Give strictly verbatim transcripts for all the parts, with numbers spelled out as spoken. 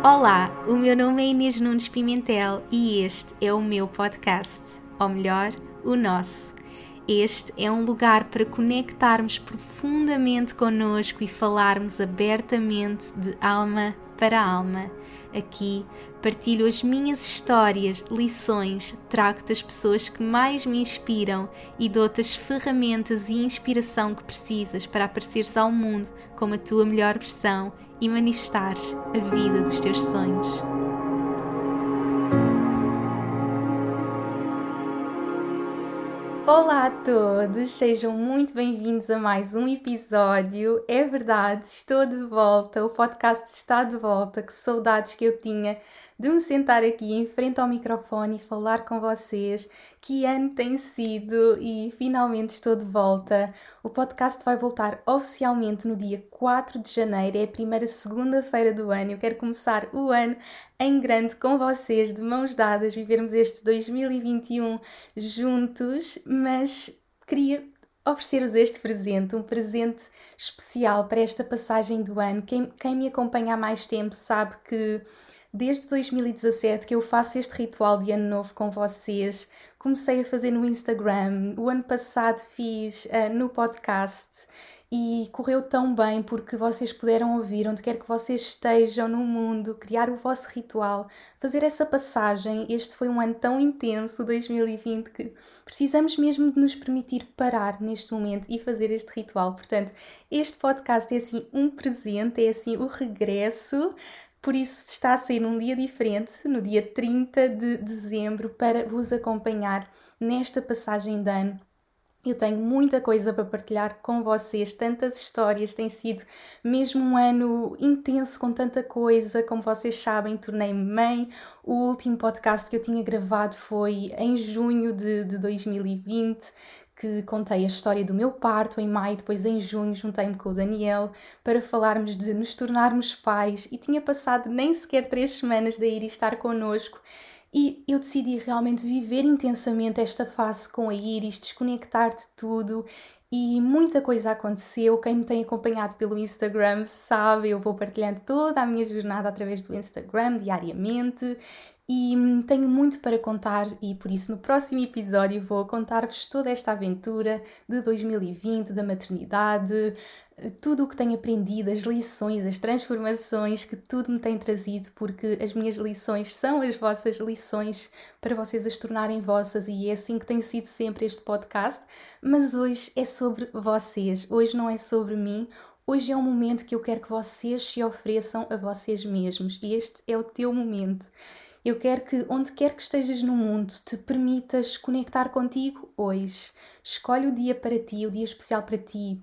Olá, o meu nome é Inês Nunes Pimentel e este é o meu podcast, ou melhor, o nosso. Este é um lugar para conectarmos profundamente connosco e falarmos abertamente de alma para alma. Aqui partilho as minhas histórias, lições, trago-te as pessoas que mais me inspiram e dou-te as ferramentas e inspiração que precisas para apareceres ao mundo como a tua melhor versão e manifestares a vida dos teus sonhos. Olá a todos, sejam muito bem-vindos a mais um episódio. É verdade, estou de volta, o podcast está de volta. Que saudades que eu tinha de me sentar aqui em frente ao microfone e falar com vocês. Que ano tem sido e finalmente estou de volta. O podcast vai voltar oficialmente no dia quatro de janeiro, é a primeira segunda-feira do ano. Eu quero começar o ano em grande com vocês, de mãos dadas, vivermos este dois mil e vinte e um juntos, mas queria oferecer-vos este presente, um presente especial para esta passagem do ano. Quem, quem me acompanha há mais tempo sabe que desde dois mil e dezassete que eu faço este ritual de ano novo com vocês. Comecei a fazer no Instagram, o ano passado fiz uh, no podcast e correu tão bem porque vocês puderam ouvir onde quer que vocês estejam no mundo, criar o vosso ritual, fazer essa passagem. Este foi um ano tão intenso, dois mil e vinte, que precisamos mesmo de nos permitir parar neste momento e fazer este ritual. Portanto, este podcast é assim um presente, é assim o regresso. Por isso está a sair num dia diferente, no dia trinta de dezembro, para vos acompanhar nesta passagem de ano. Eu tenho muita coisa para partilhar com vocês, tantas histórias, tem sido mesmo um ano intenso com tanta coisa. Como vocês sabem, tornei-me mãe. O último podcast que eu tinha gravado foi em junho de, de dois mil e vinte, que contei a história do meu parto em maio. Depois em junho juntei-me com o Daniel para falarmos de nos tornarmos pais e tinha passado nem sequer três semanas da Iris estar connosco. E eu decidi realmente viver intensamente esta fase com a Iris, desconectar de tudo e muita coisa aconteceu. Quem me tem acompanhado pelo Instagram sabe, eu vou partilhando toda a minha jornada através do Instagram diariamente e tenho muito para contar e por isso no próximo episódio vou contar-vos toda esta aventura de dois mil e vinte, da maternidade, tudo o que tenho aprendido, as lições, as transformações que tudo me tem trazido, porque as minhas lições são as vossas lições para vocês as tornarem vossas e é assim que tem sido sempre este podcast. Mas hoje é sobre vocês, hoje não é sobre mim. Hoje é um momento que eu quero que vocês se ofereçam a vocês mesmos e este é o teu momento. Eu quero que, onde quer que estejas no mundo, te permitas conectar contigo hoje. Escolhe o dia para ti, o dia especial para ti.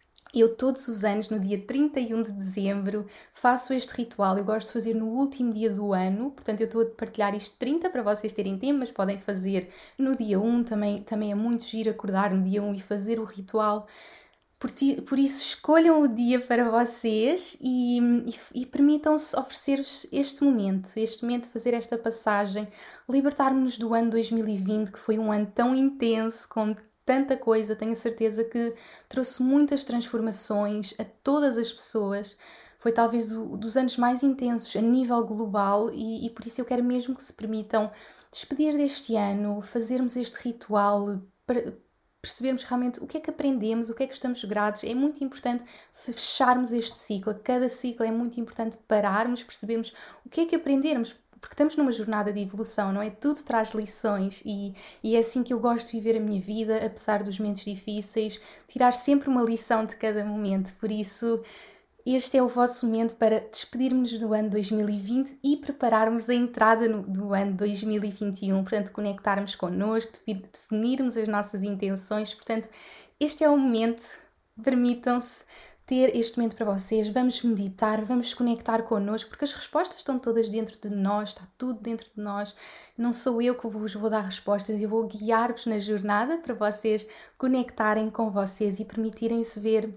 Eu todos os anos, no dia trinta e um de dezembro, faço este ritual. Eu gosto de fazer no último dia do ano, portanto eu estou a partilhar isto trinta para vocês terem tempo, mas podem fazer no dia um, também, também é muito giro acordar no dia um e fazer o ritual. Por, ti, por isso, escolham o dia para vocês e, e, e permitam-se oferecer-vos este momento, este momento de fazer esta passagem, libertar-nos do ano dois mil e vinte, que foi um ano tão intenso, com tanta coisa. Tenho a certeza que trouxe muitas transformações a todas as pessoas. Foi talvez o dos anos mais intensos a nível global e, e por isso eu quero mesmo que se permitam despedir deste ano, fazermos este ritual para percebermos realmente o que é que aprendemos, o que é que estamos gratos. É muito importante fecharmos este ciclo. Cada ciclo é muito importante pararmos, percebermos o que é que aprendermos, porque estamos numa jornada de evolução, não é? Tudo traz lições e, e é assim que eu gosto de viver a minha vida, apesar dos momentos difíceis, tirar sempre uma lição de cada momento. Por isso, este é o vosso momento para despedirmos do ano dois mil e vinte e prepararmos a entrada no, do ano dois mil e vinte e um, portanto, conectarmos connosco, definirmos as nossas intenções. Portanto, este é o momento, permitam-se ter este momento para vocês. Vamos meditar, vamos conectar connosco, porque as respostas estão todas dentro de nós, está tudo dentro de nós. Não sou eu que vos vou dar respostas, eu vou guiar-vos na jornada para vocês conectarem com vocês e permitirem-se ver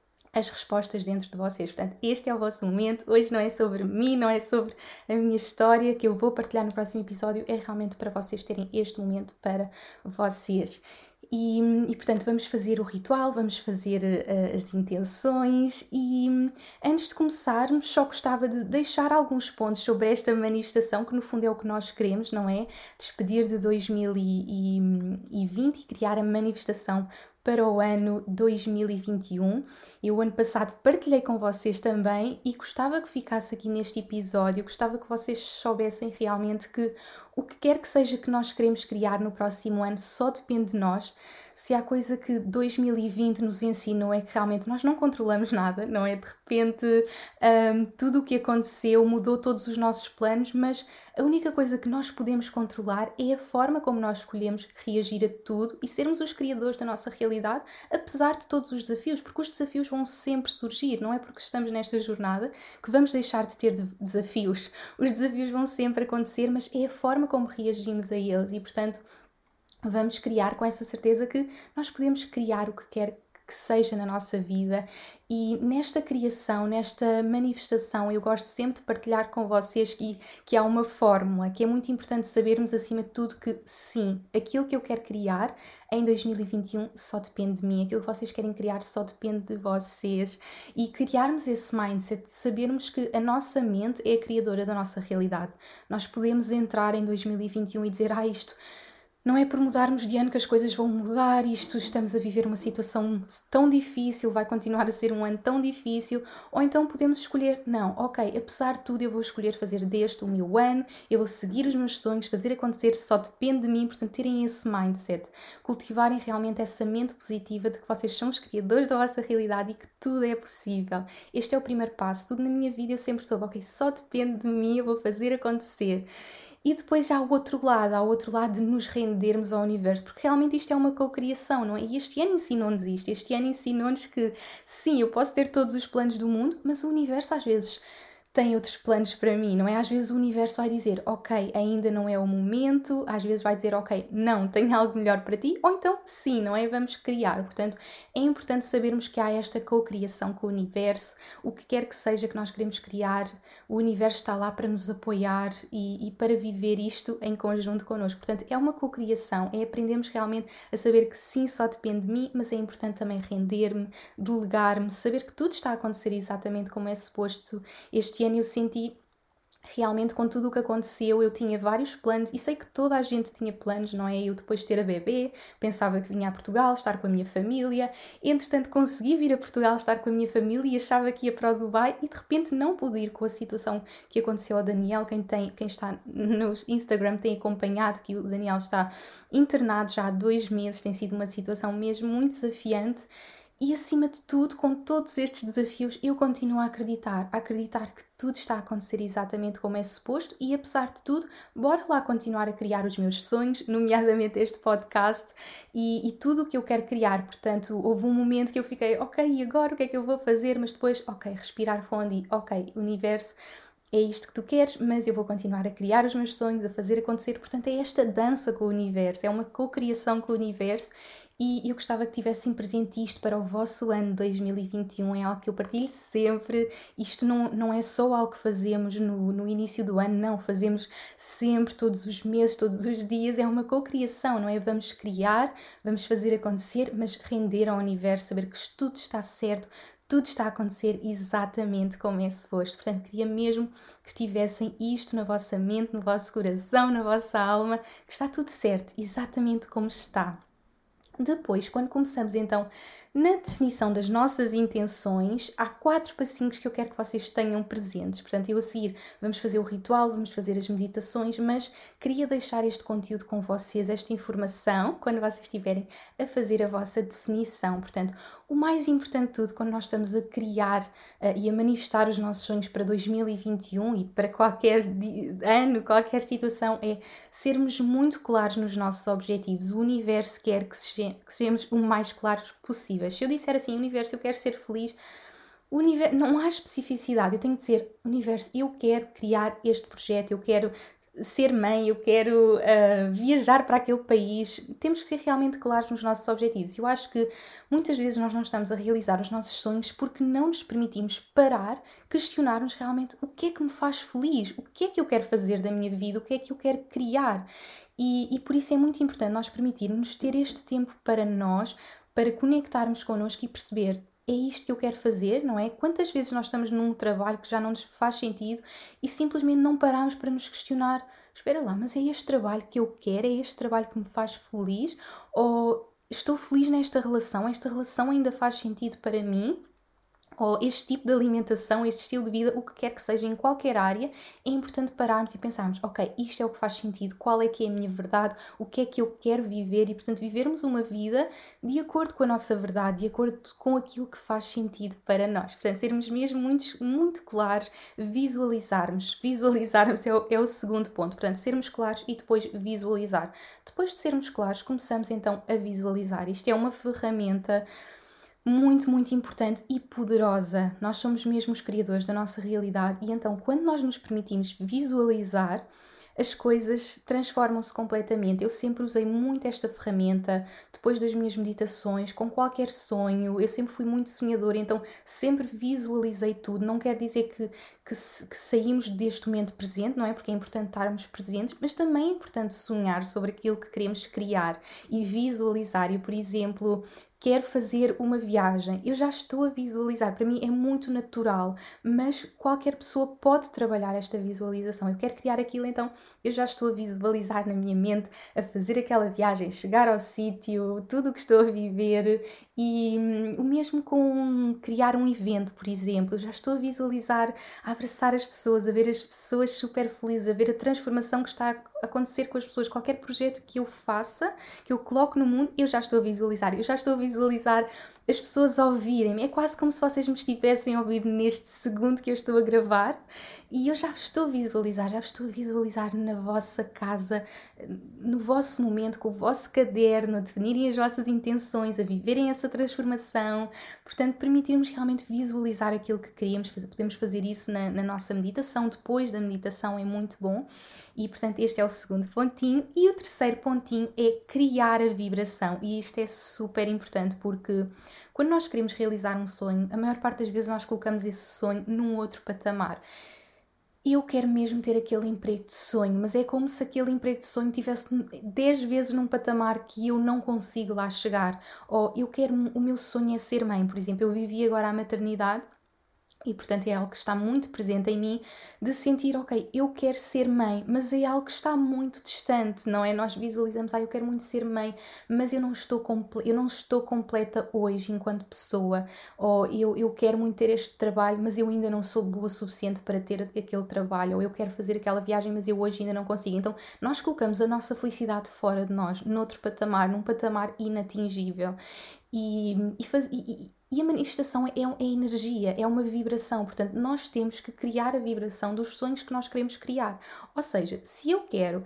as respostas dentro de vocês. Portanto, este é o vosso momento. Hoje não é sobre mim, não é sobre a minha história que eu vou partilhar no próximo episódio, é realmente para vocês terem este momento para vocês. E, e, portanto, vamos fazer o ritual, vamos fazer uh, as intenções e um, antes de começarmos só gostava de deixar alguns pontos sobre esta manifestação, que no fundo é o que nós queremos, não é? Despedir de dois mil e vinte e criar a manifestação para o ano dois mil e vinte e um. Eu, o ano passado, partilhei com vocês também e gostava que ficasse aqui neste episódio, gostava que vocês soubessem realmente que o que quer que seja que nós queremos criar no próximo ano só depende de nós. Se há coisa que dois mil e vinte nos ensinou é que realmente nós não controlamos nada, não é? De repente um, tudo o que aconteceu mudou todos os nossos planos, mas a única coisa que nós podemos controlar é a forma como nós escolhemos reagir a tudo e sermos os criadores da nossa realidade, apesar de todos os desafios, porque os desafios vão sempre surgir, não é porque estamos nesta jornada que vamos deixar de ter desafios. Os desafios vão sempre acontecer, mas é a forma como reagimos a eles e, portanto, vamos criar com essa certeza que nós podemos criar o que quer que seja na nossa vida e nesta criação, nesta manifestação, eu gosto sempre de partilhar com vocês que, que há uma fórmula, que é muito importante sabermos acima de tudo que sim, aquilo que eu quero criar em dois mil e vinte e um só depende de mim, aquilo que vocês querem criar só depende de vocês e criarmos esse mindset, de sabermos que a nossa mente é a criadora da nossa realidade. Nós podemos entrar em dois mil e vinte e um e dizer, ah, isto não é por mudarmos de ano que as coisas vão mudar, isto estamos a viver uma situação tão difícil, vai continuar a ser um ano tão difícil, ou então podemos escolher, não, ok, apesar de tudo eu vou escolher fazer deste o meu ano, eu vou seguir os meus sonhos, fazer acontecer, só depende de mim, portanto terem esse mindset, cultivarem realmente essa mente positiva de que vocês são os criadores da vossa realidade e que tudo é possível. Este é o primeiro passo, tudo na minha vida eu sempre soube, ok, só depende de mim, eu vou fazer acontecer. E depois há o outro lado, há o outro lado de nos rendermos ao universo, porque realmente isto é uma cocriação, não é? E este ano ensinou-nos isto, este ano ensinou-nos que sim, eu posso ter todos os planos do mundo, mas o universo às vezes tem outros planos para mim, não é? Às vezes o universo vai dizer, ok, ainda não é o momento, às vezes vai dizer, ok, não, tenho algo melhor para ti, ou então sim, não é? Vamos criar. Portanto, é importante sabermos que há esta cocriação com o universo, o que quer que seja que nós queremos criar, o universo está lá para nos apoiar e, e para viver isto em conjunto connosco. Portanto, é uma cocriação, é aprendermos realmente a saber que sim, só depende de mim, mas é importante também render-me, delegar-me, saber que tudo está a acontecer exatamente como é suposto. Este ano eu senti realmente com tudo o que aconteceu, eu tinha vários planos e sei que toda a gente tinha planos, não é? Eu depois de ter a bebê, pensava que vinha a Portugal, estar com a minha família, entretanto consegui vir a Portugal, estar com a minha família e achava que ia para o Dubai e de repente não pude ir com a situação que aconteceu ao Daniel. Quem, tem, quem está no Instagram tem acompanhado que o Daniel está internado já há dois meses, tem sido uma situação mesmo muito desafiante. E acima de tudo, com todos estes desafios, eu continuo a acreditar, a acreditar que tudo está a acontecer exatamente como é suposto e apesar de tudo, bora lá continuar a criar os meus sonhos, nomeadamente este podcast e, e tudo o que eu quero criar. Portanto, houve um momento que eu fiquei, ok, e agora o que é que eu vou fazer? Mas depois, ok, respirar fundo e, ok, universo, é isto que tu queres, mas eu vou continuar a criar os meus sonhos, a fazer acontecer. Portanto, é esta dança com o universo, é uma cocriação com o universo e eu gostava que tivessem presente isto para o vosso ano dois mil e vinte e um, é algo que eu partilho sempre. Isto não, não é só algo que fazemos no, no início do ano, não, fazemos sempre, todos os meses, todos os dias, é uma cocriação, não é? Vamos criar, vamos fazer acontecer, mas render ao universo, saber que tudo está certo, tudo está a acontecer exatamente como é suposto. Portanto, queria mesmo que tivessem isto na vossa mente, no vosso coração, na vossa alma, que está tudo certo, exatamente como está. Depois, quando começamos então na definição das nossas intenções, há quatro passinhos que eu quero que vocês tenham presentes. Portanto, eu a seguir vamos fazer o ritual, vamos fazer as meditações, mas queria deixar este conteúdo com vocês, esta informação, quando vocês estiverem a fazer a vossa definição. Portanto, o mais importante de tudo, quando nós estamos a criar uh, e a manifestar os nossos sonhos para dois mil e vinte e um e para qualquer ano, qualquer situação, é sermos muito claros nos nossos objetivos. O universo quer que sejamos o mais claros possível. Se eu disser assim, universo, eu quero ser feliz, o universo, não há especificidade, eu tenho de dizer, universo, eu quero criar este projeto, eu quero ser mãe, eu quero uh, viajar para aquele país. Temos que ser realmente claros nos nossos objetivos. Eu acho que muitas vezes nós não estamos a realizar os nossos sonhos porque não nos permitimos parar, questionarmos realmente o que é que me faz feliz, o que é que eu quero fazer da minha vida, o que é que eu quero criar. E, e por isso é muito importante nós permitirmos ter este tempo para nós, para conectarmos connosco e perceber: é isto que eu quero fazer, não é? Quantas vezes nós estamos num trabalho que já não nos faz sentido e simplesmente não paramos para nos questionar: espera lá, mas é este trabalho que eu quero? É este trabalho que me faz feliz? Ou estou feliz nesta relação? Esta relação ainda faz sentido para mim? Ou este tipo de alimentação, este estilo de vida, o que quer que seja, em qualquer área, é importante pararmos e pensarmos: ok, isto é o que faz sentido, qual é que é a minha verdade, o que é que eu quero viver, e portanto vivermos uma vida de acordo com a nossa verdade, de acordo com aquilo que faz sentido para nós. Portanto, sermos mesmo muito, muito claros, visualizarmos. Visualizarmos é o, é o segundo ponto. Portanto, sermos claros e depois visualizar. Depois de sermos claros, começamos então a visualizar. Isto é uma ferramenta muito, muito importante e poderosa. Nós somos mesmo os criadores da nossa realidade e então quando nós nos permitimos visualizar, as coisas transformam-se completamente. Eu sempre usei muito esta ferramenta depois das minhas meditações, com qualquer sonho. Eu sempre fui muito sonhadora, então sempre visualizei tudo. Não quer dizer que, que, que saímos deste momento presente, não é? Porque é importante estarmos presentes, mas também é importante sonhar sobre aquilo que queremos criar e visualizar. Eu, por exemplo, quero fazer uma viagem, eu já estou a visualizar, para mim é muito natural, mas qualquer pessoa pode trabalhar esta visualização. Eu quero criar aquilo, então eu já estou a visualizar na minha mente, a fazer aquela viagem, chegar ao sítio, tudo o que estou a viver. E hum, o mesmo com criar um evento, por exemplo, eu já estou a visualizar, a abraçar as pessoas, a ver as pessoas super felizes, a ver a transformação que está a acontecer com as pessoas. Qualquer projeto que eu faça, que eu coloco no mundo, eu já estou a visualizar, eu já estou a visualizar as pessoas a ouvirem-me. É quase como se vocês me estivessem a ouvir neste segundo que eu estou a gravar e eu já vos estou a visualizar, já vos estou a visualizar na vossa casa, no vosso momento, com o vosso caderno, a definirem as vossas intenções, a viverem essa transformação. Portanto, permitirmos realmente visualizar aquilo que queríamos fazer. Podemos fazer isso na, na nossa meditação, depois da meditação é muito bom. E, portanto, este é o segundo pontinho. E o terceiro pontinho é criar a vibração. E isto é super importante porque quando nós queremos realizar um sonho, a maior parte das vezes nós colocamos esse sonho num outro patamar. Eu quero mesmo ter aquele emprego de sonho, mas é como se aquele emprego de sonho tivesse dez vezes num patamar que eu não consigo lá chegar. Ou eu quero, o meu sonho é ser mãe, por exemplo. Eu vivi agora a maternidade e, portanto, é algo que está muito presente em mim, de sentir: ok, eu quero ser mãe, mas é algo que está muito distante, não é? Nós visualizamos: ah, eu quero muito ser mãe, mas eu não estou, comple- eu não estou completa hoje enquanto pessoa. Ou eu, eu quero muito ter este trabalho, mas eu ainda não sou boa o suficiente para ter aquele trabalho. Ou eu quero fazer aquela viagem, mas eu hoje ainda não consigo. Então, nós colocamos a nossa felicidade fora de nós, noutro patamar, num patamar inatingível. E, e, faz, e, e a manifestação é, é energia, é uma vibração. Portanto, nós temos que criar a vibração dos sonhos que nós queremos criar. Ou seja, se eu quero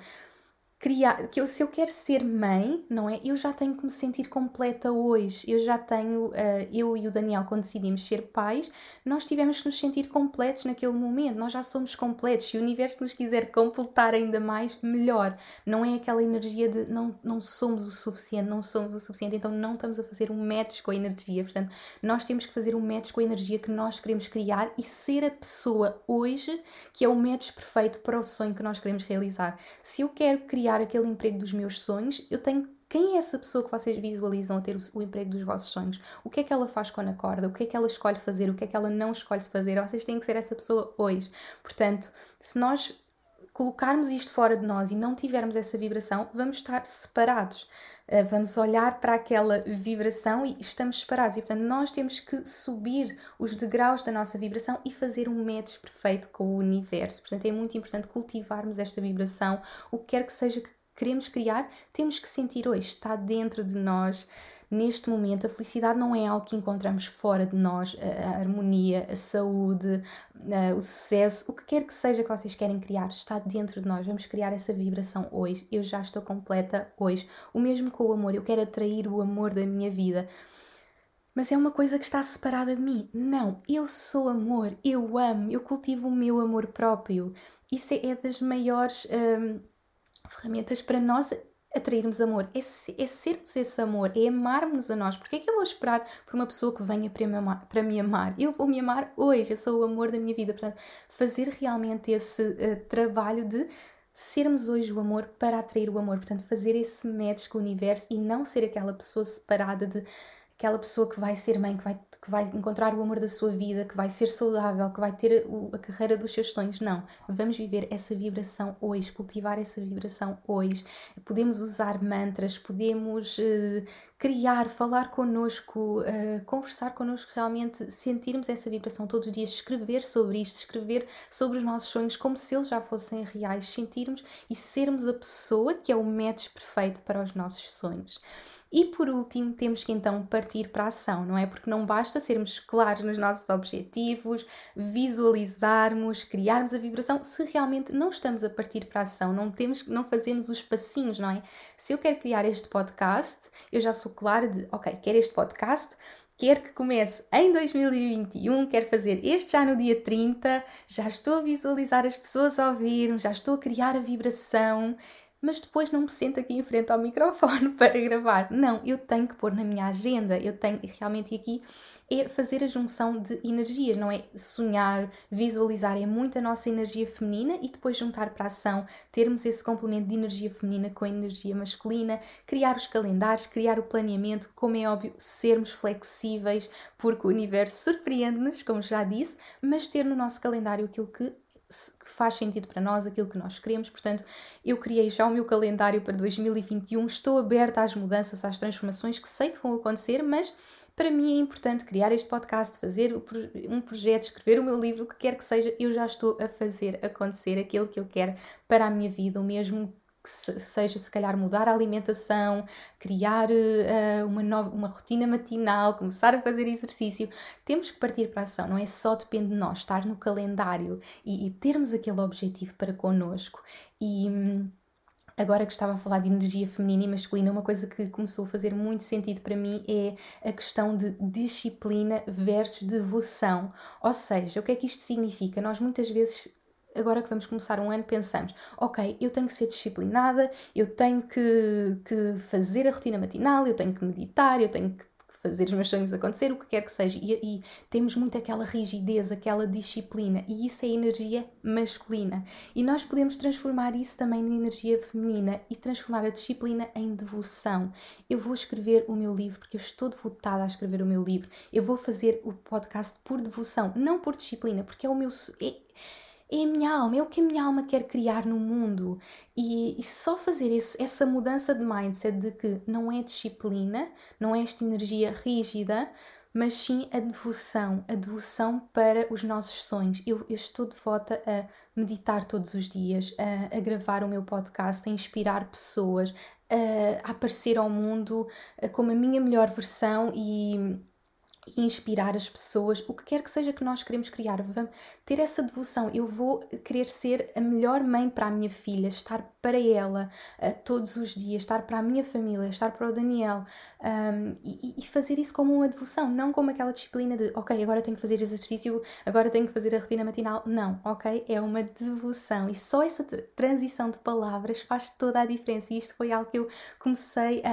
criar, que eu, se eu quero ser mãe, não é? Eu já tenho que me sentir completa hoje. Eu já tenho, uh, eu e o Daniel, quando decidimos ser pais, nós tivemos que nos sentir completos naquele momento. Nós já somos completos. Se o universo nos quiser completar ainda mais, melhor. Não é aquela energia de não, não somos o suficiente, não somos o suficiente, então não estamos a fazer um match com a energia. Portanto, nós temos que fazer um match com a energia que nós queremos criar e ser a pessoa hoje que é o match perfeito para o sonho que nós queremos realizar. Se eu quero criar aquele emprego dos meus sonhos, eu tenho... Quem é essa pessoa que vocês visualizam a ter o, o emprego dos vossos sonhos? O que é que ela faz quando acorda? O que é que ela escolhe fazer? O que é que ela não escolhe fazer? Vocês têm que ser essa pessoa hoje. Portanto, se nós colocarmos isto fora de nós e não tivermos essa vibração, vamos estar separados. Uh, vamos olhar para aquela vibração e estamos separados. E, portanto, nós temos que subir os degraus da nossa vibração e fazer um match perfeito com o universo. Portanto, é muito importante cultivarmos esta vibração. O que quer que seja que queremos criar, temos que sentir hoje. Está dentro de nós. Neste momento, a felicidade não é algo que encontramos fora de nós. A, a harmonia, a saúde, a, o sucesso, o que quer que seja que vocês querem criar, está dentro de nós. Vamos criar essa vibração hoje. Eu já estou completa hoje. O mesmo com o amor. Eu quero atrair o amor da minha vida. mas é uma coisa que está separada de mim. Não, eu sou amor, eu amo, eu cultivo o meu amor próprio. Isso é, é das maiores hum, ferramentas para nós atrairmos amor. É, é sermos esse amor, é amarmos a nós. Porque é que eu vou esperar por uma pessoa que venha para me amar? Para me amar? Eu vou me amar hoje, eu sou o amor da minha vida. Portanto, fazer realmente esse uh, trabalho de sermos hoje o amor para atrair o amor. Portanto, fazer esse match com o universo e não ser aquela pessoa separada de aquela pessoa que vai ser mãe, que vai, que vai encontrar o amor da sua vida, que vai ser saudável, que vai ter a, a carreira dos seus sonhos. Não. Vamos viver essa vibração hoje, cultivar essa vibração hoje. Podemos usar mantras, podemos uh, criar, falar connosco, uh, conversar connosco, realmente sentirmos essa vibração todos os dias, escrever sobre isto, escrever sobre os nossos sonhos como se eles já fossem reais, sentirmos e sermos a pessoa que é o match perfeito para os nossos sonhos. E por último, temos que então partir para a ação, não é? Porque não basta sermos claros nos nossos objetivos, visualizarmos, criarmos a vibração, se realmente não estamos a partir para a ação, não, temos, não fazemos os passinhos, não é? Se eu quero criar este podcast, eu já sou clara de, ok, quero este podcast, quero que comece em dois mil e vinte e um, quero fazer este já no dia trinta, já estou a visualizar as pessoas a ouvir-me, já estou a criar a vibração, mas depois não me sento aqui em frente ao microfone para gravar. Não, eu tenho que pôr na minha agenda, eu tenho realmente aqui é fazer a junção de energias, não é? Sonhar, visualizar é muito a nossa energia feminina e depois juntar para a ação, termos esse complemento de energia feminina com a energia masculina, criar os calendários, criar o planeamento, como é óbvio, sermos flexíveis, porque o universo surpreende-nos, como já disse, mas ter no nosso calendário aquilo que que faz sentido para nós, aquilo que nós queremos. Portanto, eu criei já o meu calendário para dois mil e vinte e um, estou aberta às mudanças, às transformações que sei que vão acontecer, mas para mim é importante criar este podcast, fazer um projeto, escrever o meu livro, o que quer que seja, eu já estou a fazer acontecer aquilo que eu quero para a minha vida, o mesmo que seja, se calhar, mudar a alimentação, criar uh, uma, nova, uma rotina matinal, começar a fazer exercício. Temos que partir para a ação, não é só depende de nós, estar no calendário e, e termos aquele objetivo para connosco. E hum, agora que estava a falar de energia feminina e masculina, uma coisa que começou a fazer muito sentido para mim é a questão de disciplina versus devoção. Ou seja, o que é que isto significa? Nós muitas vezes, agora que vamos começar um ano, pensamos, ok, eu tenho que ser disciplinada, eu tenho que, que fazer a rotina matinal, eu tenho que meditar, eu tenho que fazer os meus sonhos acontecer, o que quer que seja, e, e temos muito aquela rigidez, aquela disciplina, e isso é energia masculina, e nós podemos transformar isso também em energia feminina e transformar a disciplina em devoção. Eu vou escrever o meu livro porque eu estou devotada a escrever o meu livro, eu vou fazer o podcast por devoção, não por disciplina, porque é o meu... É, é a minha alma, é o que a minha alma quer criar no mundo. E, e só fazer esse, essa mudança de mindset de que não é disciplina, não é esta energia rígida, mas sim a devoção, a devoção para os nossos sonhos. Eu, eu estou devota a meditar todos os dias, a, a gravar o meu podcast, a inspirar pessoas, a, a aparecer ao mundo como a minha melhor versão e... e inspirar as pessoas, o que quer que seja que nós queremos criar, vamos ter essa devoção. Eu vou querer ser a melhor mãe para a minha filha, estar para ela uh, todos os dias, estar para a minha família, estar para o Daniel, um, e, e fazer isso como uma devoção, não como aquela disciplina de ok, agora tenho que fazer exercício, agora tenho que fazer a rotina matinal. Não, ok? É uma devoção, e só essa transição de palavras faz toda a diferença, e isto foi algo que eu comecei a,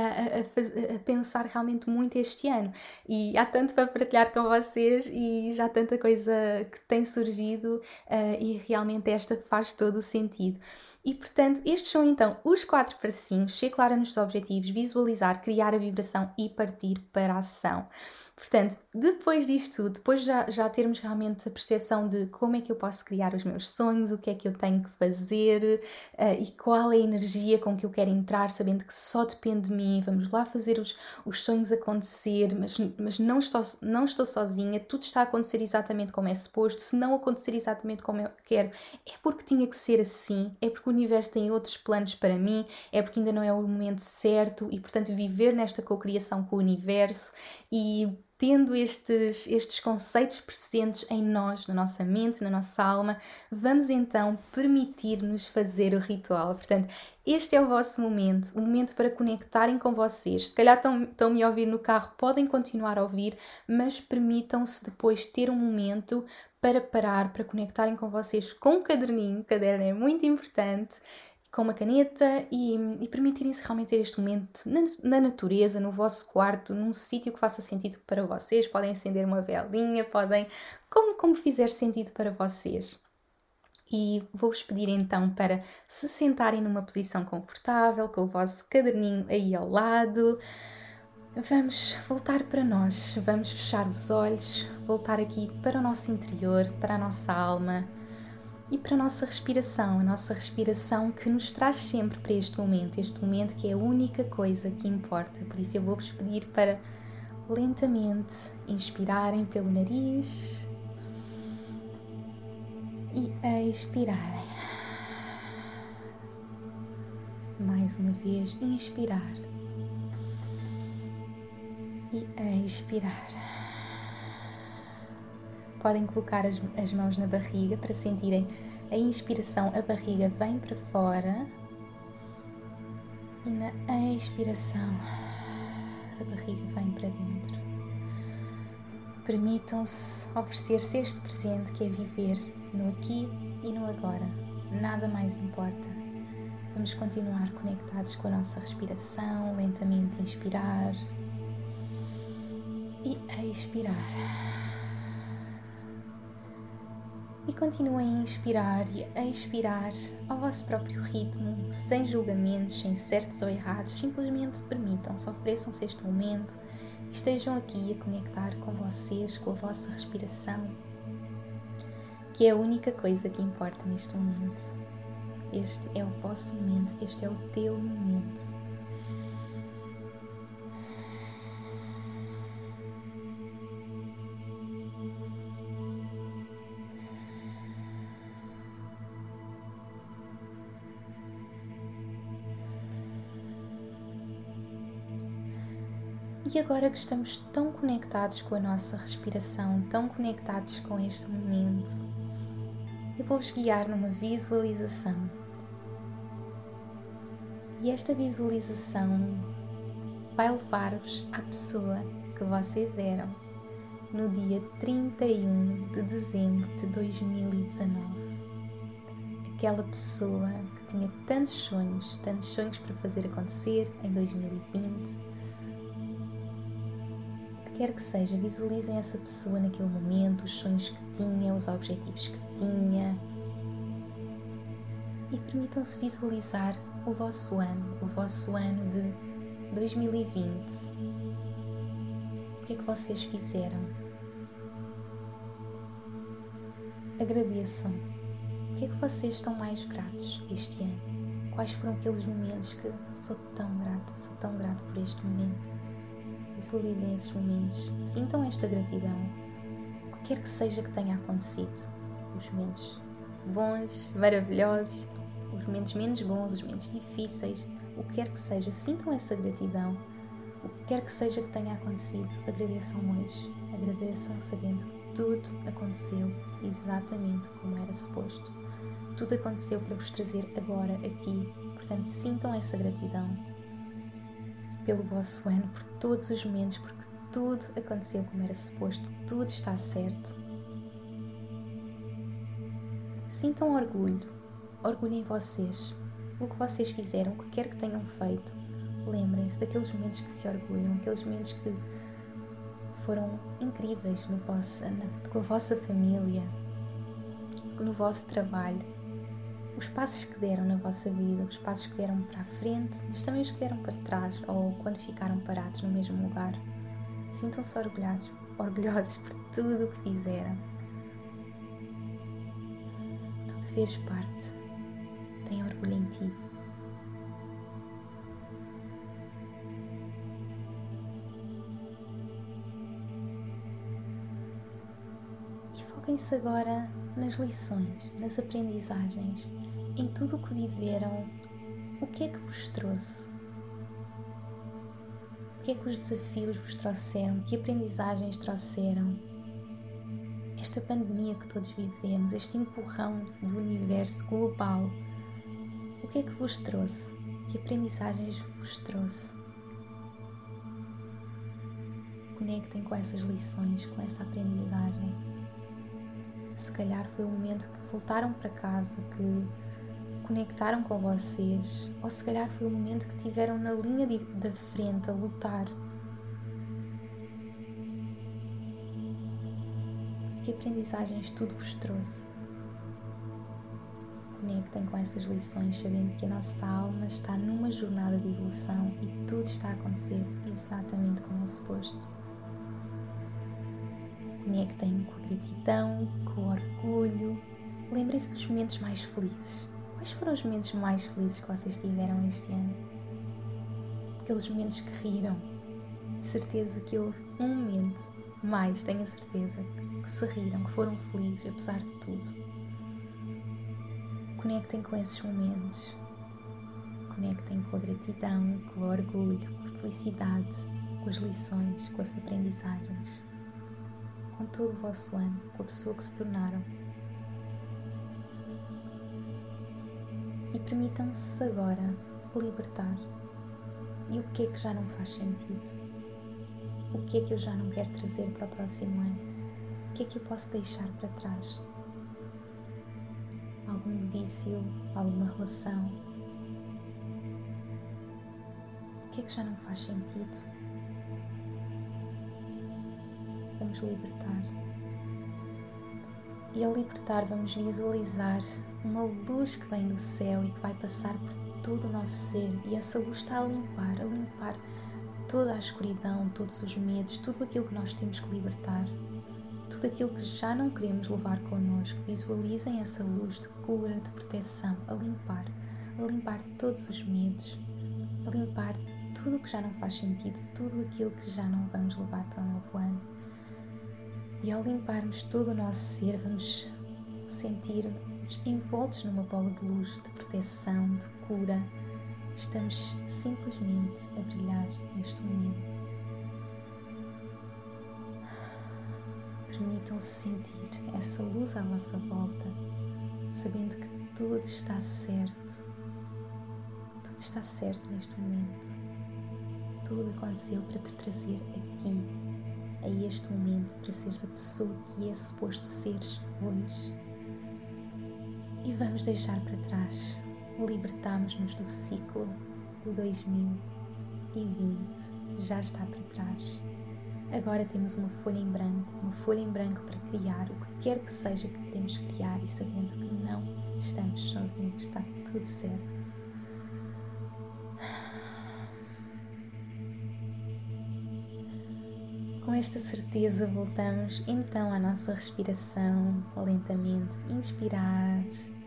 a, a pensar realmente muito este ano, e há tanto para partilhar com vocês e já tanta coisa que tem surgido uh, e realmente esta faz todo o sentido. E portanto, estes são então os quatro passinhos: ser clara nos objetivos, visualizar, criar a vibração e partir para a ação. Portanto, depois disto tudo, depois já, já termos realmente a percepção de como é que eu posso criar os meus sonhos, o que é que eu tenho que fazer uh, e qual é a energia com que eu quero entrar, sabendo que só depende de mim, vamos lá fazer os, os sonhos acontecer, mas, mas não, estou, não estou sozinha, tudo está a acontecer exatamente como é suposto. Se não acontecer exatamente como eu quero, é porque tinha que ser assim, é porque o universo tem outros planos para mim, é porque ainda não é o momento certo, e portanto viver nesta cocriação com o universo e tendo estes, estes conceitos presentes em nós, na nossa mente, na nossa alma, vamos então permitir-nos fazer o ritual. Portanto, este é o vosso momento, o momento para conectarem com vocês. Se calhar estão, estão-me a ouvir no carro, podem continuar a ouvir, mas permitam-se depois ter um momento para parar, para conectarem com vocês com um caderninho. O caderno é muito importante, com uma caneta e, e permitirem-se realmente ter este momento na, na natureza, no vosso quarto, num sítio que faça sentido para vocês. Podem acender uma velinha, podem, como, como fizer sentido para vocês. E vou-vos pedir então para se sentarem numa posição confortável, com o vosso caderninho aí ao lado. Vamos voltar para nós, vamos fechar os olhos, voltar aqui para o nosso interior, para a nossa alma e para a nossa respiração, a nossa respiração que nos traz sempre para este momento, este momento que é a única coisa que importa. Por isso eu vou-vos pedir para lentamente inspirarem pelo nariz e expirarem. Mais uma vez, inspirar e expirar. Podem colocar as, as mãos na barriga para sentirem a inspiração, a barriga vem para fora e na expiração a barriga vem para dentro. Permitam-se oferecer-se este presente que é viver no aqui e no agora. Nada mais importa. Vamos continuar conectados com a nossa respiração, lentamente inspirar e expirar. E continuem a inspirar e a expirar ao vosso próprio ritmo, sem julgamentos, sem certos ou errados. Simplesmente permitam-se, ofereçam-se este momento e estejam aqui a conectar com vocês, com a vossa respiração, que é a única coisa que importa neste momento. Este é o vosso momento, este é o teu momento. E agora que estamos tão conectados com a nossa respiração, tão conectados com este momento, eu vou-vos guiar numa visualização. E esta visualização vai levar-vos à pessoa que vocês eram no dia trinta e um de dezembro de dois mil e dezanove. Aquela pessoa que tinha tantos sonhos, tantos sonhos para fazer acontecer em dois mil e vinte. Quer que seja, visualizem essa pessoa naquele momento, os sonhos que tinha, os objetivos que tinha e permitam-se visualizar o vosso ano, o vosso ano de dois mil e vinte. O que é que vocês fizeram? Agradeçam. O que é que vocês estão mais gratos este ano? Quais foram aqueles momentos que sou tão grata, sou tão grato por este momento? Visualizem esses momentos, sintam esta gratidão, o que quer que seja que tenha acontecido, os momentos bons, maravilhosos, os momentos menos bons, os momentos difíceis, o que quer que seja, sintam essa gratidão, o que quer que seja que tenha acontecido, agradeçam hoje, agradeçam sabendo que tudo aconteceu exatamente como era suposto, tudo aconteceu para vos trazer agora aqui, portanto sintam essa gratidão pelo vosso ano, por todos os momentos, porque tudo aconteceu como era suposto, tudo está certo. Sintam orgulho, orgulho em vocês, pelo que vocês fizeram, o que quer que tenham feito. Lembrem-se daqueles momentos que se orgulham, aqueles momentos que foram incríveis no vosso, na, com a vossa família, no vosso trabalho. Os passos que deram na vossa vida, os passos que deram para a frente, mas também os que deram para trás ou quando ficaram parados no mesmo lugar. Sintam-se orgulhados, orgulhosos por tudo o que fizeram. Tudo fez parte. Tem orgulho em ti. E foquem-se agora nas lições, nas aprendizagens, em tudo o que viveram, o que é que vos trouxe? O que é que os desafios vos trouxeram? Que aprendizagens trouxeram? Esta pandemia que todos vivemos, este empurrão do universo global, o que é que vos trouxe? Que aprendizagens vos trouxe? Conectem com essas lições, com essa aprendizagem. Se calhar foi o momento que voltaram para casa, que conectaram com vocês, ou se calhar foi o momento que tiveram na linha de, da frente a lutar. Que aprendizagens tudo vos trouxe? Conectem com essas lições, sabendo que a nossa alma está numa jornada de evolução e tudo está a acontecer exatamente como é suposto. Conectem com a gratidão, com o orgulho. Lembrem-se dos momentos mais felizes. Quais foram os momentos mais felizes que vocês tiveram este ano? Aqueles momentos que riram. De certeza que houve um momento, mais tenho a certeza, que se riram, que foram felizes apesar de tudo. Conectem com esses momentos. Conectem com a gratidão, com o orgulho, com a felicidade, com as lições, com as aprendizagens. Com todo o vosso ano, com a pessoa que se tornaram. E permitam-se agora libertar. E o que é que já não faz sentido? O que é que eu já não quero trazer para o próximo ano? O que é que eu posso deixar para trás? Algum vício, alguma relação? O que é que já não faz sentido? Vamos libertar. E ao libertar vamos visualizar uma luz que vem do céu e que vai passar por todo o nosso ser, e essa luz está a limpar, a limpar toda a escuridão, todos os medos, tudo aquilo que nós temos que libertar, tudo aquilo que já não queremos levar connosco. Visualizem essa luz de cura, de proteção, a limpar, a limpar todos os medos, a limpar tudo o que já não faz sentido, tudo aquilo que já não vamos levar para o novo ano. E ao limparmos todo o nosso ser, vamos sentir-nos envoltos numa bola de luz, de proteção, de cura. Estamos simplesmente a brilhar neste momento. Permitam-se sentir essa luz à vossa volta, sabendo que tudo está certo. Tudo está certo neste momento. Tudo aconteceu para te trazer aqui, a este momento, para seres a pessoa que é suposto seres hoje. E vamos deixar para trás. Libertámos-nos do ciclo de dois mil e vinte. Já está para trás. Agora temos uma folha em branco, uma folha em branco para criar o que quer que seja que queremos criar, e sabendo que não estamos sozinhos, está tudo certo. Com esta certeza voltamos então à nossa respiração, lentamente inspirar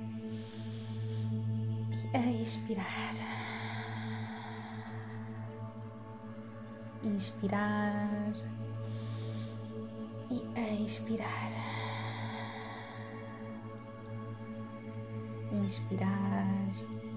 e expirar. Inspirar e expirar. Inspirar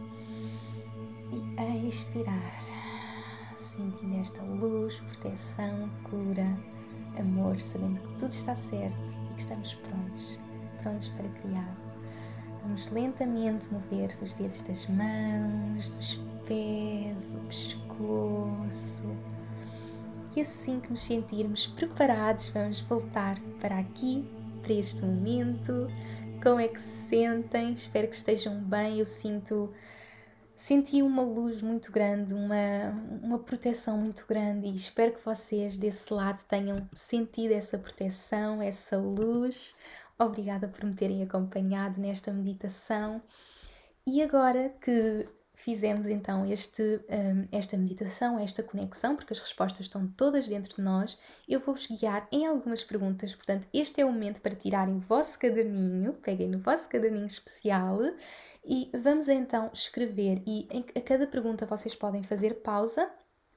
e expirar. Sentindo esta luz, proteção, cura, amor, sabendo que tudo está certo e que estamos prontos, prontos para criar. Vamos lentamente mover os dedos das mãos, dos pés, o pescoço. E assim que nos sentirmos preparados, vamos voltar para aqui, para este momento. Como é que se sentem? Espero que estejam bem. Eu sinto... Senti uma luz muito grande, uma, uma proteção muito grande, e espero que vocês desse lado tenham sentido essa proteção, essa luz. Obrigada por me terem acompanhado nesta meditação. E agora que fizemos então este, um, esta meditação, esta conexão, porque as respostas estão todas dentro de nós, eu vou-vos guiar em algumas perguntas. Portanto, este é o momento para tirarem o vosso caderninho, peguem no vosso caderninho especial e vamos então escrever. E em, a cada pergunta vocês podem fazer pausa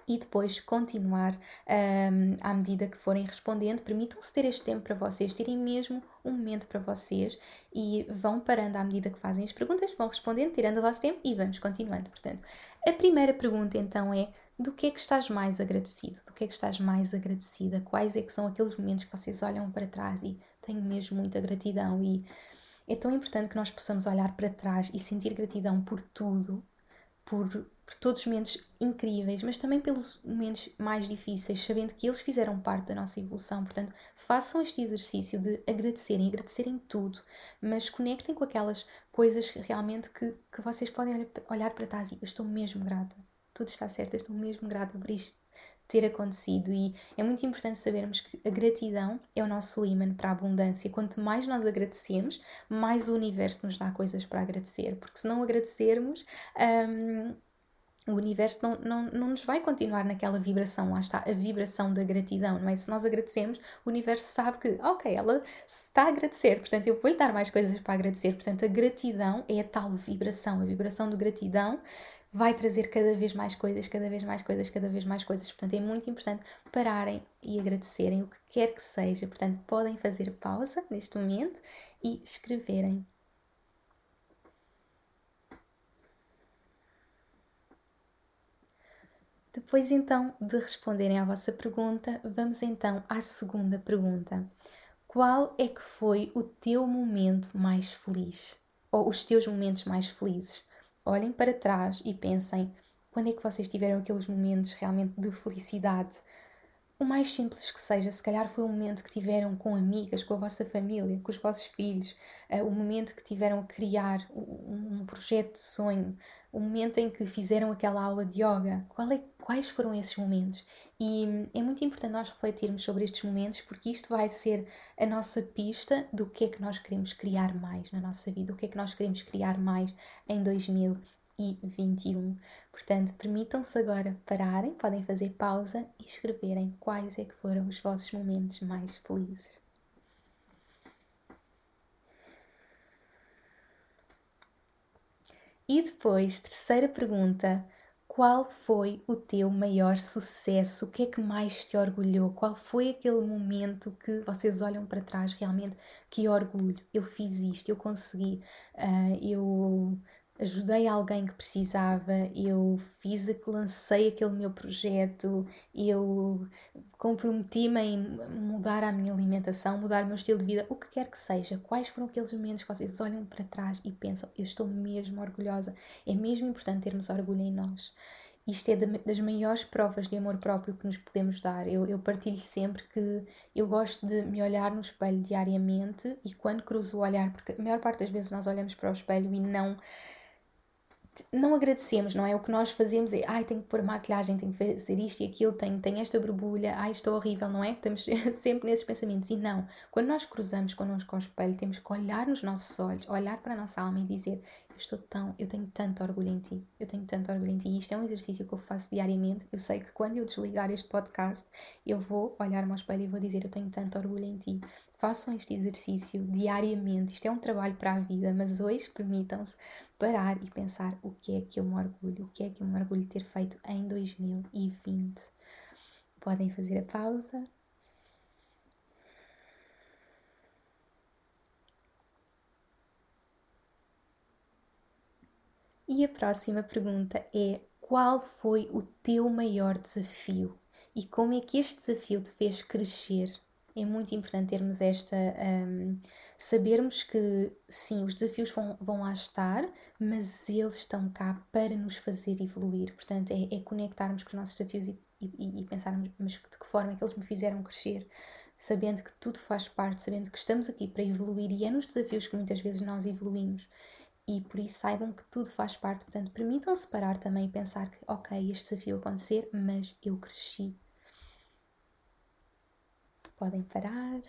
e depois continuar um, à medida que forem respondendo. Permitam-se ter este tempo para vocês, terem mesmo um momento para vocês e vão parando à medida que fazem as perguntas, vão respondendo, tirando o vosso tempo e vamos continuando. Portanto, a primeira pergunta então é: do que é que estás mais agradecido? Do que é que estás mais agradecida? Quais é que são aqueles momentos que vocês olham para trás e tenho mesmo muita gratidão? E é tão importante que nós possamos olhar para trás e sentir gratidão por tudo, por, por todos os momentos incríveis, mas também pelos momentos mais difíceis, sabendo que eles fizeram parte da nossa evolução. Portanto, façam este exercício de agradecerem, agradecerem tudo, mas conectem com aquelas coisas realmente que, que vocês podem olhar, olhar para trás e eu estou mesmo grata, tudo está certo, eu estou mesmo grata por isto ter acontecido. E é muito importante sabermos que a gratidão é o nosso ímã para a abundância. Quanto mais nós agradecemos, mais o universo nos dá coisas para agradecer, porque se não agradecermos, um, o universo não, não, não nos vai continuar naquela vibração. Lá está a vibração da gratidão, não é? Se nós agradecemos, o universo sabe que, ok, ela está a agradecer, portanto eu vou-lhe dar mais coisas para agradecer. Portanto, a gratidão é a tal vibração, a vibração de gratidão vai trazer cada vez mais coisas, cada vez mais coisas, cada vez mais coisas. Portanto, é muito importante pararem e agradecerem o que quer que seja. Portanto, podem fazer pausa neste momento e escreverem. Depois então de responderem à vossa pergunta, vamos então à segunda pergunta. Qual é que foi o teu momento mais feliz? Ou os teus momentos mais felizes? Olhem para trás e pensem, quando é que vocês tiveram aqueles momentos realmente de felicidade? O mais simples que seja, se calhar foi o momento que tiveram com amigas, com a vossa família, com os vossos filhos, uh, o momento que tiveram a criar um, um projeto de sonho, o momento em que fizeram aquela aula de yoga. Qual é, quais foram esses momentos? E hum, é muito importante nós refletirmos sobre estes momentos, porque isto vai ser a nossa pista do que é que nós queremos criar mais na nossa vida, o que é que nós queremos criar mais em dois mil e vinte e um. Portanto, permitam-se agora pararem, podem fazer pausa e escreverem quais é que foram os vossos momentos mais felizes. E depois, terceira pergunta: qual foi o teu maior sucesso? O que é que mais te orgulhou? Qual foi aquele momento que vocês olham para trás realmente? Que orgulho! Eu fiz isto, eu consegui, uh, eu ajudei alguém que precisava, eu fiz, lancei aquele meu projeto, eu comprometi-me em mudar a minha alimentação, mudar o meu estilo de vida, o que quer que seja. Quais foram aqueles momentos que vocês olham para trás e pensam, eu estou mesmo orgulhosa? É mesmo importante termos orgulho em nós. Isto é das maiores provas de amor próprio que nos podemos dar. Eu, eu partilho sempre que eu gosto de me olhar no espelho diariamente e quando cruzo o olhar, porque a maior parte das vezes nós olhamos para o espelho e não não agradecemos, não é? O que nós fazemos é, ai, tenho que pôr maquilhagem, tenho que fazer isto e aquilo, tenho, tenho esta borbulha, ai, estou horrível, não é? Estamos sempre nesses pensamentos. E não, quando nós cruzamos connosco ao espelho, temos que olhar nos nossos olhos, olhar para a nossa alma e dizer, eu estou tão, eu tenho tanto orgulho em ti, eu tenho tanto orgulho em ti. E isto é um exercício que eu faço diariamente. Eu sei que quando eu desligar este podcast, eu vou olhar-me ao espelho e vou dizer, eu tenho tanto orgulho em ti. Façam este exercício diariamente. Isto é um trabalho para a vida, mas hoje permitam-se parar e pensar o que é que eu me orgulho, o que é que eu me orgulho de ter feito em dois mil e vinte. Podem fazer a pausa. E a próxima pergunta é: qual foi o teu maior desafio? E como é que este desafio te fez crescer? É muito importante termos esta... Um, sabermos que, sim, os desafios vão, vão lá estar, mas eles estão cá para nos fazer evoluir. Portanto, é, é conectarmos com os nossos desafios e, e, e pensarmos, mas de que forma é que eles me fizeram crescer? Sabendo que tudo faz parte, sabendo que estamos aqui para evoluir e é nos desafios que muitas vezes nós evoluímos. E por isso saibam que tudo faz parte, portanto, permitam-se parar também e pensar que, ok, este desafio acontecer, mas eu cresci. Podem parar.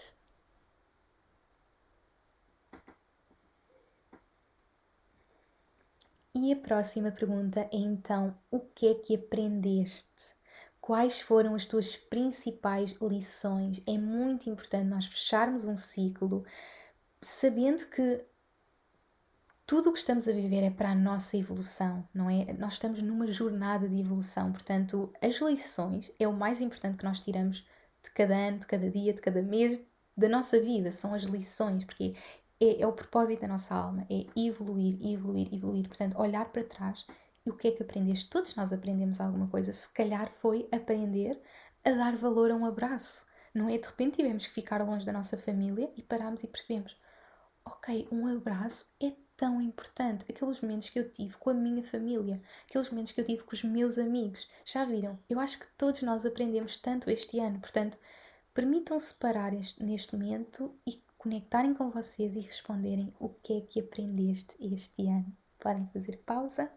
E a próxima pergunta é então, o que é que aprendeste? Quais foram as tuas principais lições? É muito importante nós fecharmos um ciclo sabendo que tudo o que estamos a viver é para a nossa evolução, não é? Nós estamos numa jornada de evolução, portanto, as lições é o mais importante que nós tiramos de cada ano, de cada dia, de cada mês da nossa vida, são as lições, porque é, é o propósito da nossa alma, é evoluir, evoluir, evoluir, portanto, olhar para trás e o que é que aprendeste? Todos nós aprendemos alguma coisa, se calhar foi aprender a dar valor a um abraço, não é? De repente tivemos que ficar longe da nossa família e parámos e percebemos, ok, um abraço é tão importante. Aqueles momentos que eu tive com a minha família, aqueles momentos que eu tive com os meus amigos, já viram? Eu acho que todos nós aprendemos tanto este ano, portanto, permitam-se parar este, neste momento e conectarem com vocês e responderem o que é que aprendeste este ano. Podem fazer pausa.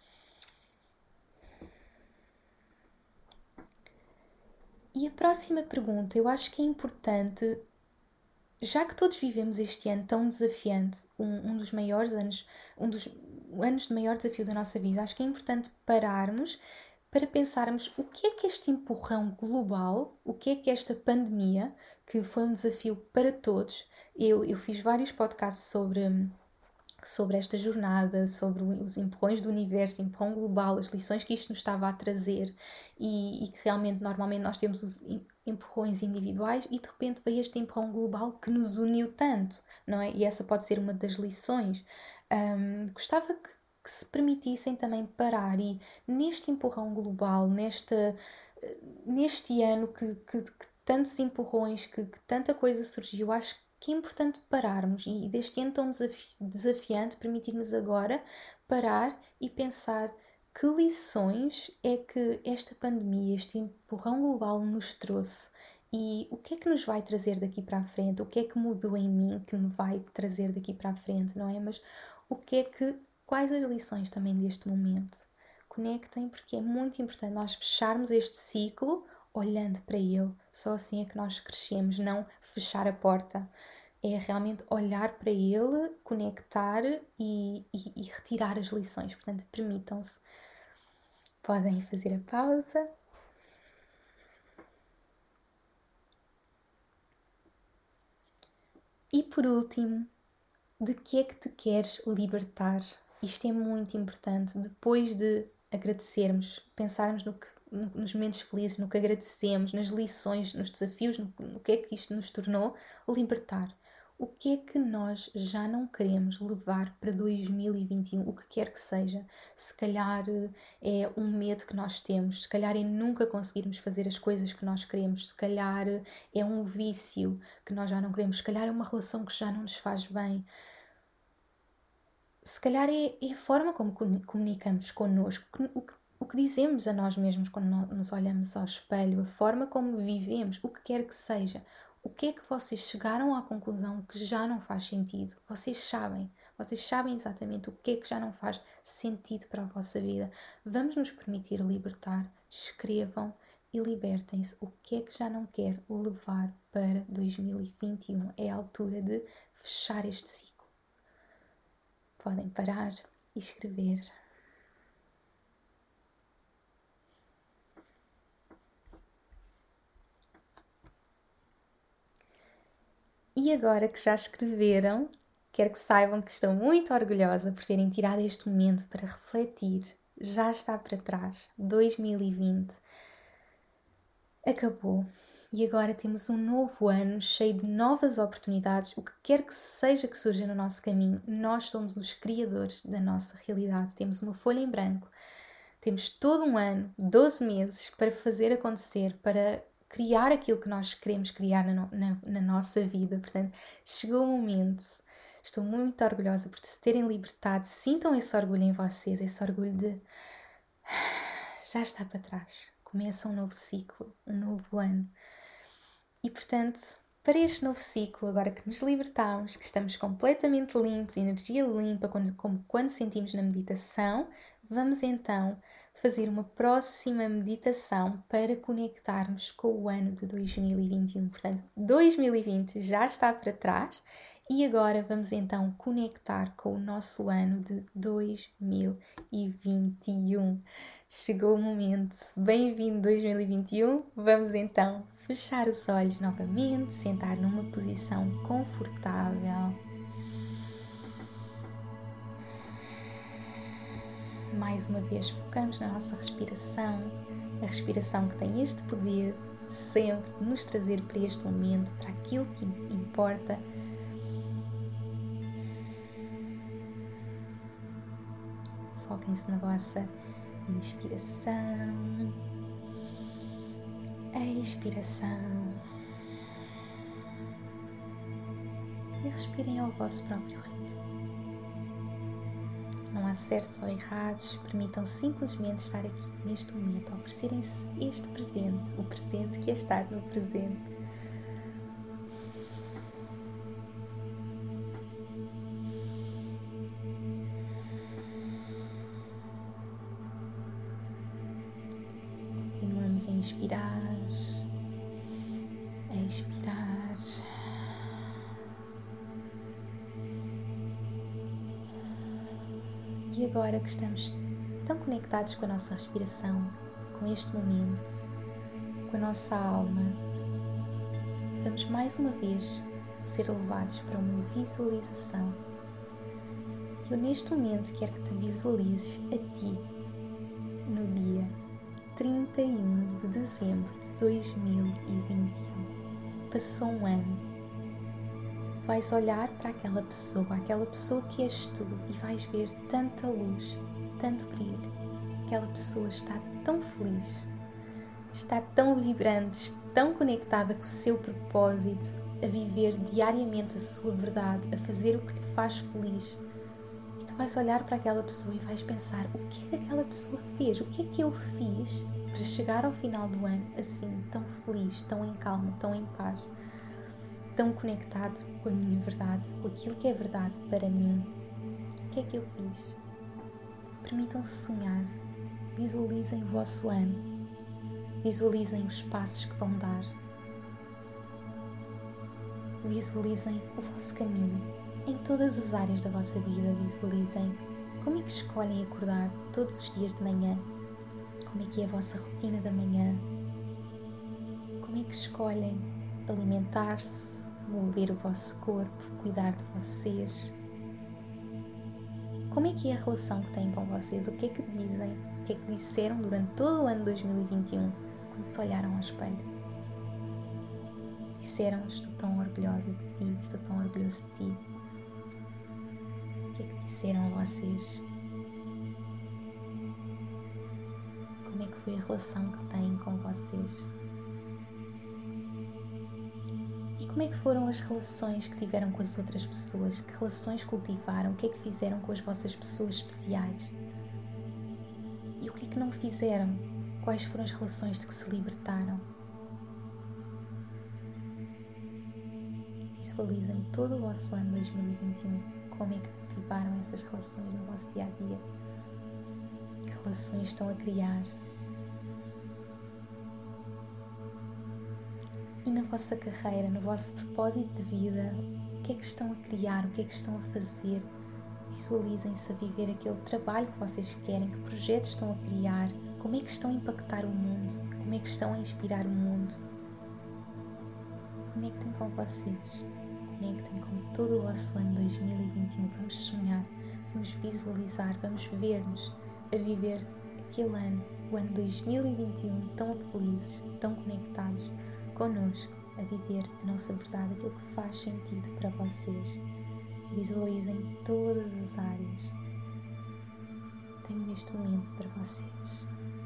E a próxima pergunta, eu acho que é importante, já que todos vivemos este ano tão desafiante, um, um dos maiores anos, um dos anos de maior desafio da nossa vida, acho que é importante pararmos para pensarmos o que é que este empurrão global, o que é que esta pandemia, que foi um desafio para todos, eu, eu fiz vários podcasts sobre, sobre esta jornada, sobre os empurrões do universo, empurrão global, as lições que isto nos estava a trazer e, e que realmente normalmente nós temos os empurrões individuais e de repente veio este empurrão global que nos uniu tanto, não é? E essa pode ser uma das lições. Um, gostava que, que se permitissem também parar e neste empurrão global, nesta, neste ano que, que, que tantos empurrões, que, que tanta coisa surgiu, acho que é importante pararmos e deste ano tão desafi- desafiante permitirmos agora parar e pensar que lições é que esta pandemia, este empurrão global nos trouxe e o que é que nos vai trazer daqui para a frente, o que é que mudou em mim que me vai trazer daqui para a frente, não é? Mas o que é que, quais as lições também deste momento? Conectem, porque é muito importante nós fecharmos este ciclo olhando para ele, só assim é que nós crescemos, não fechar a porta. É realmente olhar para ele, conectar e, e, e retirar as lições. Portanto, permitam-se. Podem fazer a pausa. E por último, de que é que te queres libertar? Isto é muito importante. Depois de agradecermos, pensarmos no que, no, nos momentos felizes, no que agradecemos, nas lições, nos desafios, no, no que é que isto nos tornou, libertar. O que é que nós já não queremos levar para dois mil e vinte e um, o que quer que seja? Se calhar é um medo que nós temos, se calhar é nunca conseguirmos fazer as coisas que nós queremos, se calhar é um vício que nós já não queremos, se calhar é uma relação que já não nos faz bem. Se calhar é, é a forma como comunicamos connosco, o que, o que dizemos a nós mesmos quando nos olhamos ao espelho, a forma como vivemos, o que quer que seja. O que é que vocês chegaram à conclusão que já não faz sentido? Vocês sabem, vocês sabem exatamente o que é que já não faz sentido para a vossa vida. Vamos nos permitir libertar, escrevam e libertem-se. O que é que já não quer levar para dois mil e vinte e um? É a altura de fechar este ciclo. Podem parar e escrever. E agora que já escreveram, quero que saibam que estou muito orgulhosa por terem tirado este momento para refletir. Já está para trás. dois mil e vinte acabou. E agora temos um novo ano cheio de novas oportunidades. O que quer que seja que surja no nosso caminho, nós somos os criadores da nossa realidade. Temos uma folha em branco. Temos todo um ano, doze meses, para fazer acontecer, para criar aquilo que nós queremos criar na, na, na nossa vida. Portanto, chegou o momento. Estou muito orgulhosa por se terem libertado. Sintam esse orgulho em vocês, esse orgulho de... Já está para trás. Começa um novo ciclo, um novo ano. E, portanto, para este novo ciclo, agora que nos libertamos, que estamos completamente limpos, energia limpa, como, como quando sentimos na meditação, vamos então fazer uma próxima meditação para conectarmos com o ano de dois mil e vinte e um. Portanto, dois mil e vinte já está para trás e agora vamos então conectar com o nosso ano de dois mil e vinte e um. Chegou o momento. Bem-vindo dois mil e vinte e um. Vamos então fechar os olhos novamente, sentar numa posição confortável. mais uma vez focamos na nossa respiração, a respiração que tem este poder sempre de nos trazer para este momento, para aquilo que importa. Foquem-se na vossa inspiração, expiração e respirem ao vosso próprio ritmo. Não há certos ou errados, permitam simplesmente estar aqui neste momento, oferecerem-se este presente, o presente que é estar no presente. Continuamos a inspirar, a expirar. E agora que estamos tão conectados com a nossa respiração, com este momento, com a nossa alma, vamos mais uma vez ser levados para uma visualização. Eu neste momento quero que te visualizes a ti no dia trinta e um de dezembro de dois mil e vinte e um. Passou um ano. Vais olhar para aquela pessoa, aquela pessoa que és tu, e vais ver tanta luz, tanto brilho. Aquela pessoa está tão feliz, está tão vibrante, tão conectada com o seu propósito, a viver diariamente a sua verdade, a fazer o que lhe faz feliz. E tu vais olhar para aquela pessoa e vais pensar: o que é que aquela pessoa fez? O que é que eu fiz para chegar ao final do ano assim, tão feliz, tão em calma, tão em paz? Tão conectado com a minha verdade, com aquilo que é verdade para mim. O que é que eu fiz? Permitam-se sonhar, visualizem o vosso ano, visualizem os passos que vão dar, visualizem o vosso caminho em todas as áreas da vossa vida. Visualizem como é que escolhem acordar todos os dias de manhã, como é que é a vossa rotina da manhã, como é que escolhem alimentar-se, mover o vosso corpo, cuidar de vocês. Como é que é a relação que têm com vocês? O que é que dizem? O que é que disseram durante todo o ano dois mil e vinte e um quando se olharam ao espelho? Disseram: estou tão orgulhosa de ti, estou tão orgulhoso de ti. O que é que disseram a vocês? Como é que foi a relação que têm com vocês? Como é que foram as relações que tiveram com as outras pessoas? Que relações cultivaram? O que é que fizeram com as vossas pessoas especiais? E o que é que não fizeram? Quais foram as relações de que se libertaram? Visualizem todo o vosso ano dois mil e vinte e um. Como é que cultivaram essas relações no vosso dia-a-dia? Que relações estão a criar? E na vossa carreira, no vosso propósito de vida, o que é que estão a criar? O que é que estão a fazer? Visualizem-se a viver aquele trabalho que vocês querem, que projetos estão a criar, como é que estão a impactar o mundo, como é que estão a inspirar o mundo. Conectem com vocês, conectem com todo o vosso ano dois mil e vinte e um. Vamos sonhar, vamos visualizar, vamos ver-nos a viver aquele ano, o ano dois mil e vinte e um, tão felizes, tão conectados connosco, a viver a nossa verdade, aquilo que faz sentido para vocês. Visualizem todas as áreas. Tenho este momento para vocês.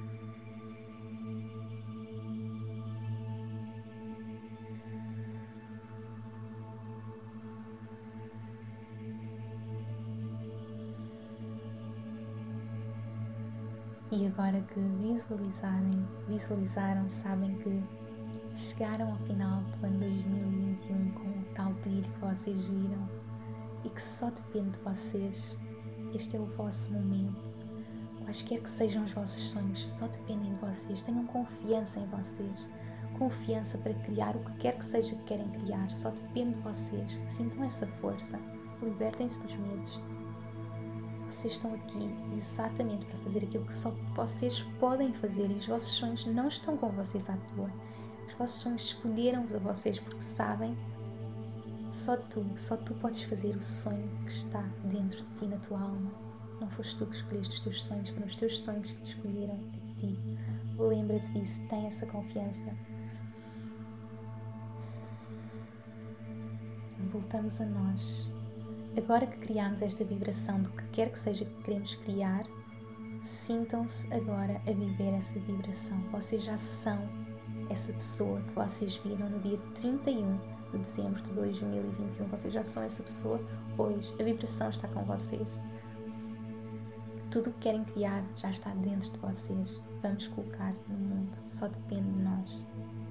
E agora que visualizarem, visualizaram, sabem que chegaram ao final do ano dois mil e vinte e um com o tal brilho que vocês viram e que só depende de vocês. Este é o vosso momento. Quaisquer que sejam os vossos sonhos, só dependem de vocês. Tenham confiança em vocês. Confiança para criar o que quer que seja que querem criar. Só depende de vocês. Sintam essa força. Libertem-se dos medos. Vocês estão aqui exatamente para fazer aquilo que só vocês podem fazer, e os vossos sonhos não estão com vocês à toa. Os vossos sonhos escolheram-vos a vocês porque sabem, só tu, só tu podes fazer o sonho que está dentro de ti, na tua alma. Não foste tu que escolheste os teus sonhos, foram os teus sonhos que te escolheram a ti. Lembra-te disso, tem essa confiança. Voltamos a nós. Agora que criamos esta vibração do que quer que seja que queremos criar, sintam-se agora a viver essa vibração. Vocês já são essa pessoa que vocês viram no dia trinta e um de dezembro de dois mil e vinte e um. Vocês já são essa pessoa hoje. A vibração está com vocês. Tudo o que querem criar já está dentro de vocês. Vamos colocar no mundo. Só depende de nós.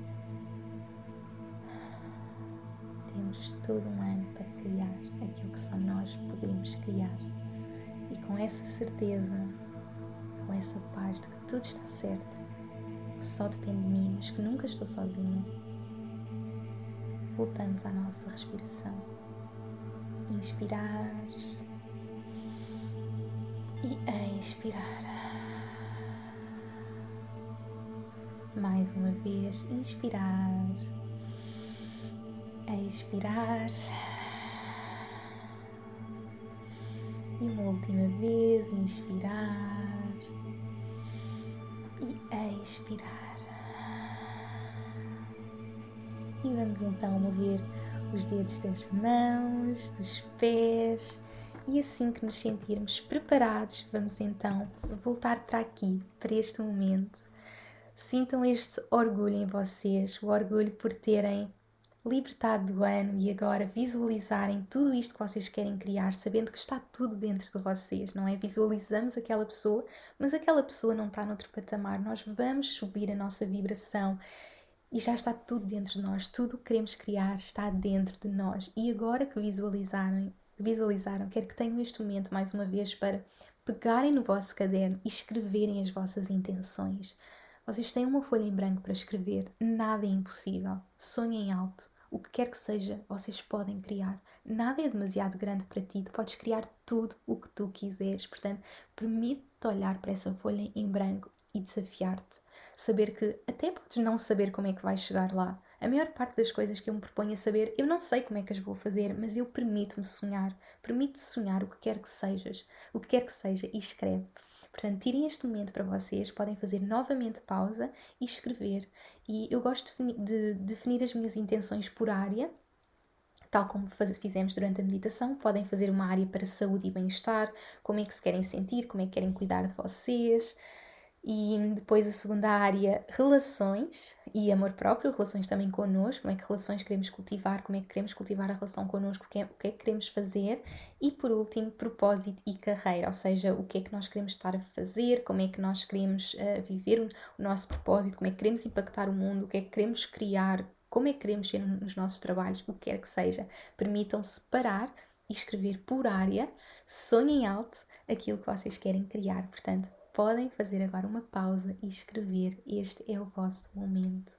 Temos todo um ano para criar aquilo que só nós podemos criar. E com essa certeza, com essa paz de que tudo está certo, que só depende de mim, mas que nunca estou sozinha, voltamos à nossa respiração. Inspirar e expirar. Mais uma vez, inspirar, expirar. E uma última vez, inspirar e expirar. E vamos então mover os dedos das mãos, dos pés. E assim que nos sentirmos preparados, vamos então voltar para aqui, para este momento. Sintam este orgulho em vocês, o orgulho por terem libertado do ano e agora visualizarem tudo isto que vocês querem criar, sabendo que está tudo dentro de vocês, não é? Visualizamos aquela pessoa, mas aquela pessoa não está noutro patamar. Nós vamos subir a nossa vibração e já está tudo dentro de nós. Tudo o que queremos criar está dentro de nós. E agora que visualizarem, visualizaram, quero que tenham este momento mais uma vez para pegarem no vosso caderno e escreverem as vossas intenções. Vocês têm uma folha em branco para escrever, nada é impossível. Sonhem alto, o que quer que seja, vocês podem criar. Nada é demasiado grande para ti, tu podes criar tudo o que tu quiseres. Portanto, permite-te olhar para essa folha em branco e desafiar-te. Saber que até podes não saber como é que vais chegar lá. A maior parte das coisas que eu me proponho a saber, eu não sei como é que as vou fazer, mas eu permito-me sonhar. Permite sonhar o que quer que sejas, o que quer que seja e escreve. Portanto, tirem este momento para vocês, podem fazer novamente pausa e escrever. E eu gosto de, de definir as minhas intenções por área, tal como faz, fizemos durante a meditação. Podem fazer uma área para saúde e bem-estar, como é que se querem sentir, como é que querem cuidar de vocês. E depois a segunda área, relações e amor próprio, relações também connosco, como é que relações queremos cultivar, como é que queremos cultivar a relação connosco, o que é, o que é que queremos fazer. E por último, propósito e carreira, ou seja, o que é que nós queremos estar a fazer, como é que nós queremos uh, viver o, o nosso propósito, como é que queremos impactar o mundo, o que é que queremos criar, como é que queremos ser nos nossos trabalhos, o que quer que seja. Permitam-se parar e escrever por área, sonhem alto aquilo que vocês querem criar. Portanto, podem fazer agora uma pausa e escrever. Este é o vosso momento.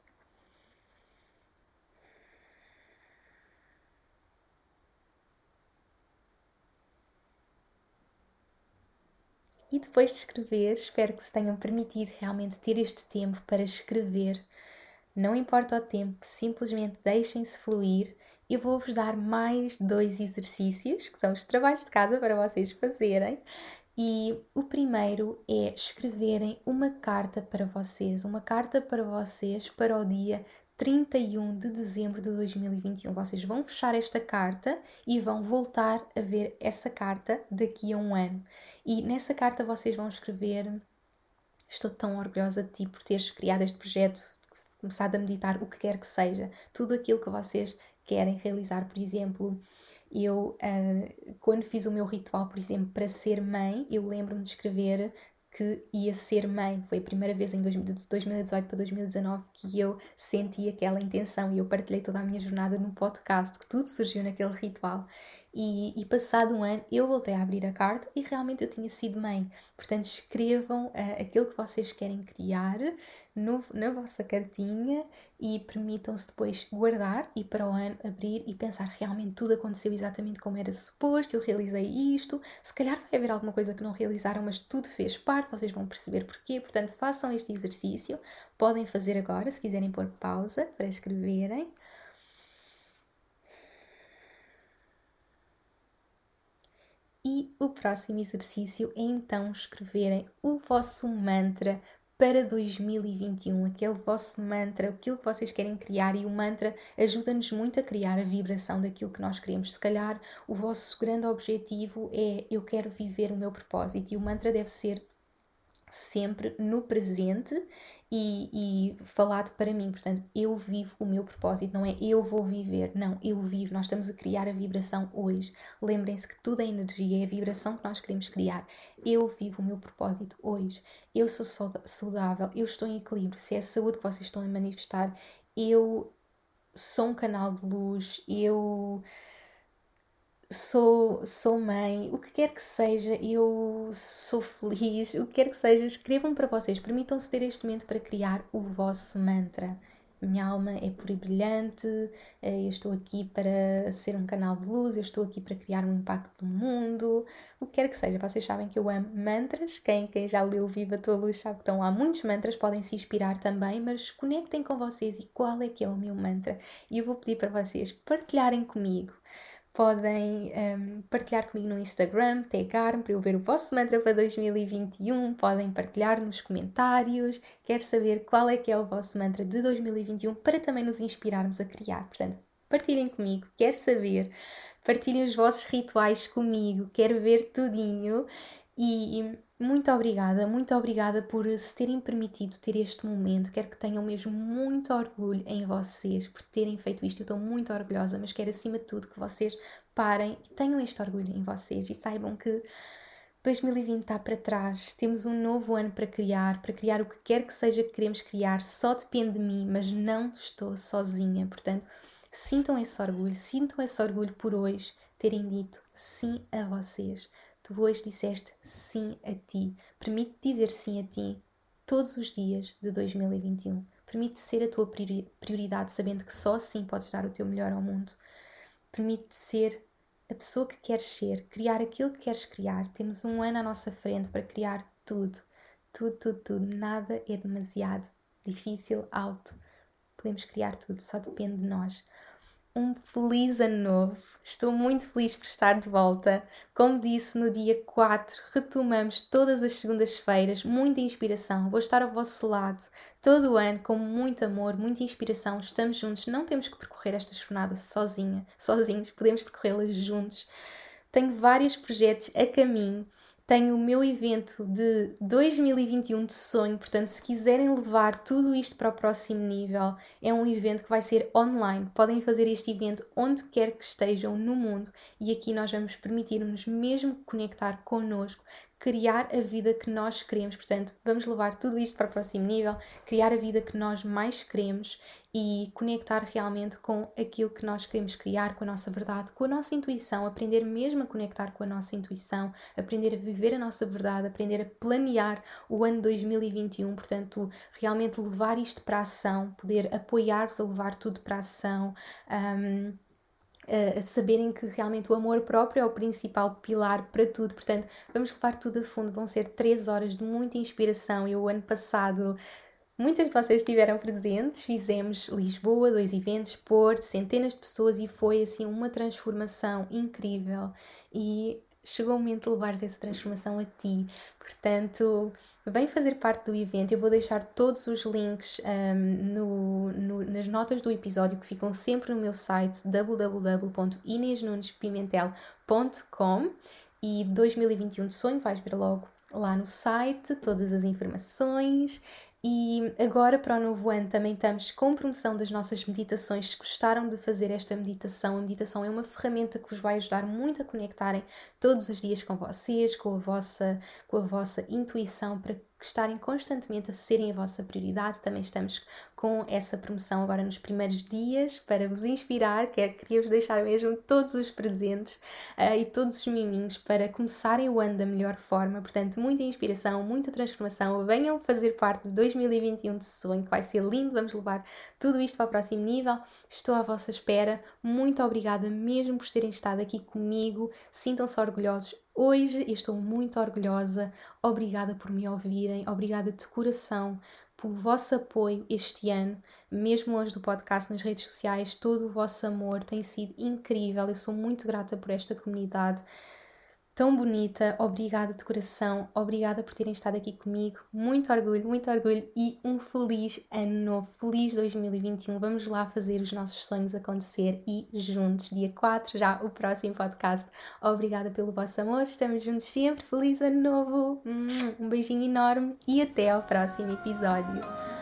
E depois de escrever, espero que se tenham permitido realmente ter este tempo para escrever. Não importa o tempo, simplesmente deixem-se fluir. Eu vou-vos dar mais dois exercícios, que são os trabalhos de casa para vocês fazerem. E o primeiro é escreverem uma carta para vocês, uma carta para vocês para o dia trinta e um de dezembro de dois mil e vinte e um. Vocês vão fechar esta carta e vão voltar a ver essa carta daqui a um ano. E nessa carta vocês vão escrever: estou tão orgulhosa de ti por teres criado este projeto, começado a meditar, o que quer que seja, tudo aquilo que vocês querem realizar. Por exemplo, eu, uh, quando fiz o meu ritual, por exemplo, para ser mãe, eu lembro-me de escrever que ia ser mãe. Foi a primeira vez em dois mil e dezoito para dois mil e dezanove que eu senti aquela intenção e eu partilhei toda a minha jornada no podcast, que tudo surgiu naquele ritual. E, e passado um ano eu voltei a abrir a carta e realmente eu tinha sido mãe. Portanto, escrevam uh, aquilo que vocês querem criar no, na vossa cartinha e permitam-se depois guardar e para o ano abrir e pensar: realmente tudo aconteceu exatamente como era suposto, eu realizei isto. Se calhar vai haver alguma coisa que não realizaram, mas tudo fez parte, vocês vão perceber porquê. Portanto, façam este exercício, podem fazer agora, se quiserem pôr pausa para escreverem. E o próximo exercício é então escreverem o vosso mantra para dois mil e vinte e um, aquele vosso mantra, aquilo que vocês querem criar, e o mantra ajuda-nos muito a criar a vibração daquilo que nós queremos. Se calhar o vosso grande objetivo é: eu quero viver o meu propósito, e o mantra deve ser sempre no presente e, e falado para mim. Portanto, eu vivo o meu propósito, não é eu vou viver, não, eu vivo. Nós estamos a criar a vibração hoje. Lembrem-se que tudo é energia, é a vibração que nós queremos criar. Eu vivo o meu propósito hoje, eu sou saudável, eu estou em equilíbrio. Se é a saúde que vocês estão a manifestar, eu sou um canal de luz, eu Sou, sou mãe, o que quer que seja, eu sou feliz, o que quer que seja, escrevam para vocês, permitam-se ter este momento para criar o vosso mantra. Minha alma é pura e brilhante, eu estou aqui para ser um canal de luz, eu estou aqui para criar um impacto no mundo, o que quer que seja. Vocês sabem que eu amo mantras, quem, quem já leu Viva a Tua Luz sabe que estão lá muitos mantras, podem se inspirar também, mas conectem com vocês e qual é que é o meu mantra. E eu vou pedir para vocês partilharem comigo. Podem um, partilhar comigo no Instagram, tagar-me para eu ver o vosso mantra para dois mil e vinte e um. Podem partilhar nos comentários. Quero saber qual é que é o vosso mantra de dois mil e vinte e um para também nos inspirarmos a criar. Portanto, partilhem comigo, quero saber. Partilhem os vossos rituais comigo, quero ver tudinho. E muito obrigada, muito obrigada por se terem permitido ter este momento. Quero que tenham mesmo muito orgulho em vocês por terem feito isto. Eu estou muito orgulhosa, mas quero acima de tudo que vocês parem e tenham este orgulho em vocês e saibam que dois mil e vinte está para trás. Temos um novo ano para criar, para criar o que quer que seja que queremos criar. Só depende de mim, mas não estou sozinha. Portanto, sintam esse orgulho, sintam esse orgulho por hoje terem dito sim a vocês. Tu hoje disseste sim a ti. Permite dizer sim a ti todos os dias de dois mil e vinte e um. Permite ser a tua prioridade, sabendo que só assim podes dar o teu melhor ao mundo. Permite ser a pessoa que queres ser, criar aquilo que queres criar. Temos um ano à nossa frente para criar tudo. Tudo, tudo, tudo. Nada é demasiado difícil, alto. Podemos criar tudo, só depende de nós. Um feliz ano novo, estou muito feliz por estar de volta. Como disse, no dia quatro retomamos todas as segundas-feiras, muita inspiração, vou estar ao vosso lado todo o ano com muito amor, muita inspiração, estamos juntos, não temos que percorrer esta jornada sozinha, sozinhos, podemos percorrê-las juntos. Tenho vários projetos a caminho. Tenho o meu evento de dois mil e vinte e um de sonho, portanto, se quiserem levar tudo isto para o próximo nível, é um evento que vai ser online. Podem fazer este evento onde quer que estejam no mundo e aqui nós vamos permitir-nos mesmo conectar connosco, criar a vida que nós queremos. Portanto, vamos levar tudo isto para o próximo nível, criar a vida que nós mais queremos e conectar realmente com aquilo que nós queremos criar, com a nossa verdade, com a nossa intuição, aprender mesmo a conectar com a nossa intuição, aprender a viver a nossa verdade, aprender a planear o ano dois mil e vinte e um, portanto, realmente levar isto para a ação, poder apoiar-vos a levar tudo para a ação, um, a saberem que realmente o amor próprio é o principal pilar para tudo. Portanto, vamos levar tudo a fundo. Vão ser três horas de muita inspiração. Eu, o ano passado, muitas de vocês estiveram presentes, fizemos Lisboa, dois eventos, Porto, centenas de pessoas e foi assim uma transformação incrível e chegou o momento de levares essa transformação a ti. Portanto, vem fazer parte do evento. Eu vou deixar todos os links um, no, no, nas notas do episódio que ficam sempre no meu site w w w ponto inês nunes pimentel ponto com e dois mil e vinte e um de sonho, vais ver logo lá no site todas as informações. E agora para o novo ano também estamos com promoção das nossas meditações. Se gostaram de fazer esta meditação, a meditação é uma ferramenta que vos vai ajudar muito a conectarem todos os dias com vocês, com a vossa, com a vossa intuição, para estarem constantemente a serem a vossa prioridade. Também estamos com essa promoção agora nos primeiros dias para vos inspirar. Queria-vos deixar mesmo todos os presentes uh, e todos os miminhos para começarem o ano da melhor forma. Portanto, muita inspiração, muita transformação. Venham fazer parte de dois mil e vinte e um de sonho, que vai ser lindo. Vamos levar tudo isto para o próximo nível. Estou à vossa espera. Muito obrigada mesmo por terem estado aqui comigo. Sintam-se orgulhosos. Hoje eu estou muito orgulhosa, obrigada por me ouvirem, obrigada de coração pelo vosso apoio este ano, mesmo longe do podcast, nas redes sociais, todo o vosso amor tem sido incrível, eu sou muito grata por esta comunidade. tão bonita. Obrigada de coração, obrigada por terem estado aqui comigo. Muito orgulho, muito orgulho e um feliz ano novo, feliz dois mil e vinte e um. Vamos lá fazer os nossos sonhos acontecer e juntos, dia quatro, já o próximo podcast. Obrigada pelo vosso amor, estamos juntos sempre. Feliz ano novo, um beijinho enorme e até ao próximo episódio.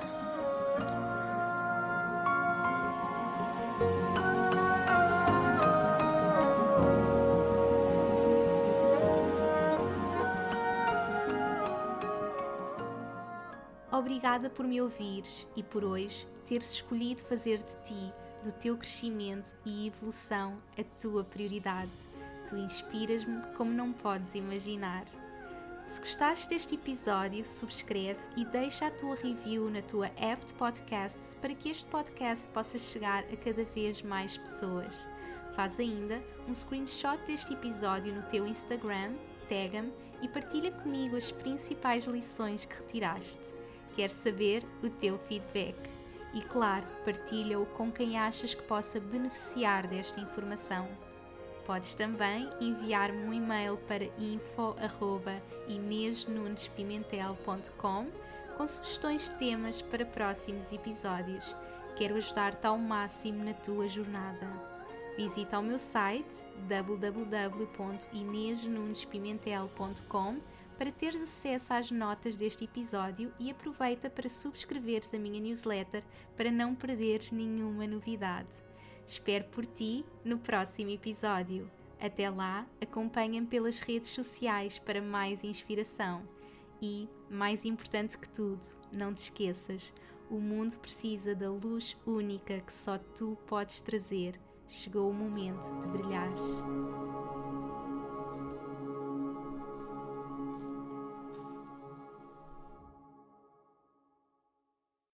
Obrigada por me ouvires e por hoje teres escolhido fazer de ti, do teu crescimento e evolução, a tua prioridade. Tu inspiras-me como não podes imaginar. Se gostaste deste episódio, subscreve e deixa a tua review na tua app de podcasts para que este podcast possa chegar a cada vez mais pessoas. Faz ainda um screenshot deste episódio no teu Instagram, tag-me e partilha comigo as principais lições que retiraste. Quero saber o teu feedback e, claro, partilha-o com quem achas que possa beneficiar desta informação. Podes também enviar-me um e-mail para info arroba inês nunes pimentel ponto com com sugestões de temas para próximos episódios. Quero ajudar-te ao máximo na tua jornada. Visita o meu site w w w ponto inês nunes pimentel ponto com para teres acesso às notas deste episódio e aproveita para subscreveres a minha newsletter para não perderes nenhuma novidade. Espero por ti no próximo episódio. Até lá, acompanha-me pelas redes sociais para mais inspiração. E, mais importante que tudo, não te esqueças, o mundo precisa da luz única que só tu podes trazer. Chegou o momento de brilhares.